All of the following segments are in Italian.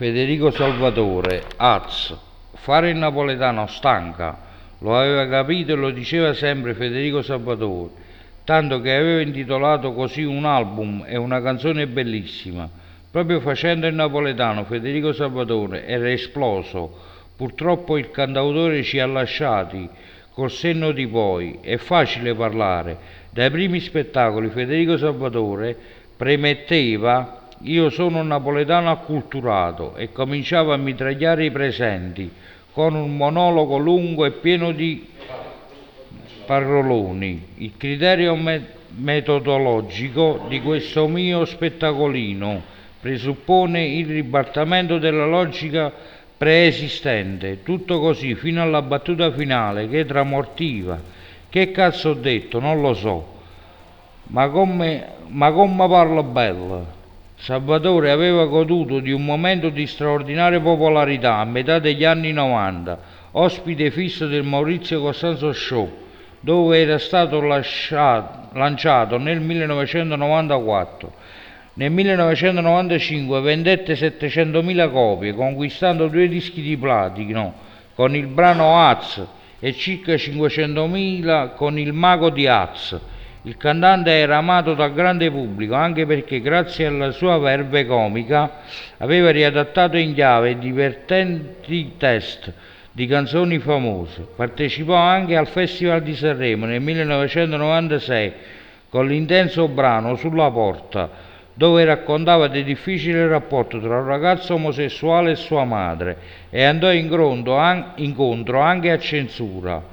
Federico Salvatore, AZ. Fare il napoletano stanca, lo aveva capito e lo diceva sempre Federico Salvatore, tanto che aveva intitolato così un album e una canzone bellissima. Proprio facendo il napoletano Federico Salvatore era esploso. Purtroppo il cantautore ci ha lasciati col senno di poi. È facile parlare. Dai primi spettacoli Federico Salvatore premetteva io sono un napoletano acculturato e cominciava a mitragliare i presenti con un monologo lungo e pieno di paroloni. Il criterio metodologico di questo mio spettacolino presuppone il ribaltamento della logica preesistente, tutto così fino alla battuta finale che tramortiva. Che cazzo ho detto? Non lo so. Ma come parlo bello. Salvatore aveva goduto di un momento di straordinaria popolarità a metà degli anni 90, ospite fisso del Maurizio Costanzo Show, dove era stato lanciato nel 1994. Nel 1995 vendette 700.000 copie, conquistando 2 dischi di platino con il brano Az e circa 500.000 con Il mago di Az. Il cantante era amato dal grande pubblico anche perché, grazie alla sua verve comica, aveva riadattato in chiave divertenti test di canzoni famose. Partecipò anche al Festival di Sanremo nel 1996 con l'intenso brano Sulla porta, dove raccontava del difficile rapporto tra un ragazzo omosessuale e sua madre e andò incontro anche a censura.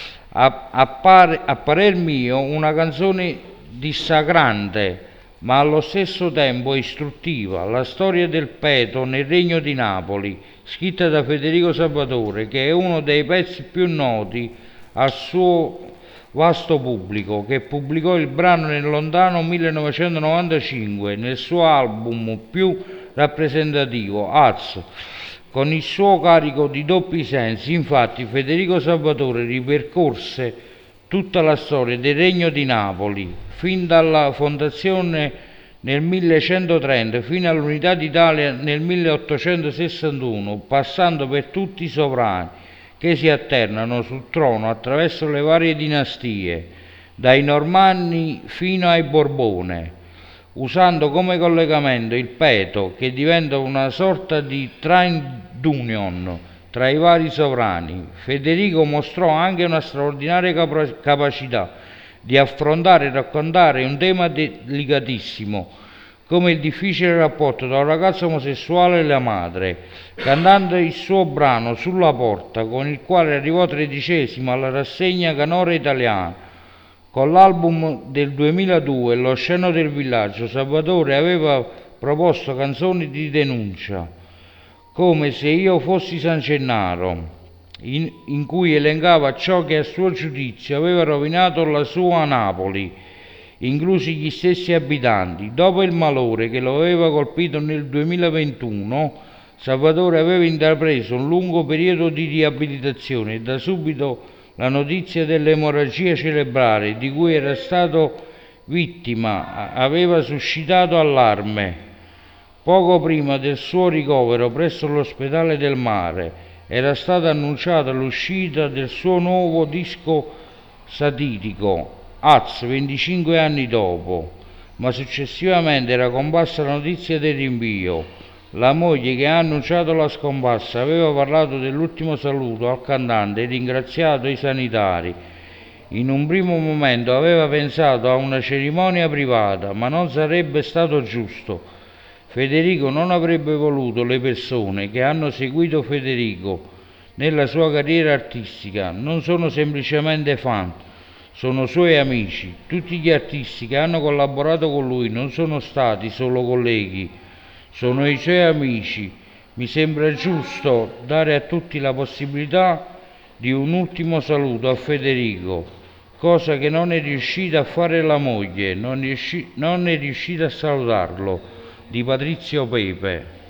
A parer mio una canzone dissacrante ma allo stesso tempo istruttiva, la storia del peto nel Regno di Napoli, scritta da Federico Salvatore, che è uno dei pezzi più noti al suo vasto pubblico, che pubblicò il brano nel lontano 1995 nel suo album più rappresentativo, Az. Con il suo carico di doppi sensi, infatti, Federico Salvatore ripercorse tutta la storia del Regno di Napoli, fin dalla fondazione nel 1130 fino all'Unità d'Italia nel 1861, passando per tutti i sovrani che si alternano sul trono attraverso le varie dinastie, dai Normanni fino ai Borbone, usando come collegamento il peto, che diventa una sorta di train d'union tra i vari sovrani. Federico mostrò anche una straordinaria capacità di affrontare e raccontare un tema delicatissimo come il difficile rapporto tra un ragazzo omosessuale e la madre, cantando il suo brano Sulla porta, con il quale arrivò 13° alla rassegna canora italiana. Con l'album del 2002 Lo sceno del villaggio, Salvatore aveva proposto canzoni di denuncia, come Se io fossi San Gennaro, in cui elencava ciò che a suo giudizio aveva rovinato la sua Napoli, inclusi gli stessi abitanti. Dopo il malore che lo aveva colpito nel 2021, Salvatore aveva intrapreso un lungo periodo di riabilitazione e da subito la notizia dell'emorragia cerebrale di cui era stato vittima aveva suscitato allarme. Poco prima del suo ricovero presso l'ospedale del Mare era stata annunciata l'uscita del suo nuovo disco satirico, Az, 25 anni dopo, ma successivamente era comparsa la notizia del rinvio. La moglie, che ha annunciato la scomparsa, aveva parlato dell'ultimo saluto al cantante e ringraziato i sanitari. In un primo momento aveva pensato a una cerimonia privata, ma non sarebbe stato giusto. Federico non avrebbe voluto le persone che hanno seguito Federico nella sua carriera artistica. Non sono semplicemente fan, sono suoi amici. Tutti gli artisti che hanno collaborato con lui non sono stati solo colleghi, sono i suoi amici. Mi sembra giusto dare a tutti la possibilità di un ultimo saluto a Federico, cosa che non è riuscita a fare la moglie, non è riuscita a salutarlo, di Patrizio Pepe.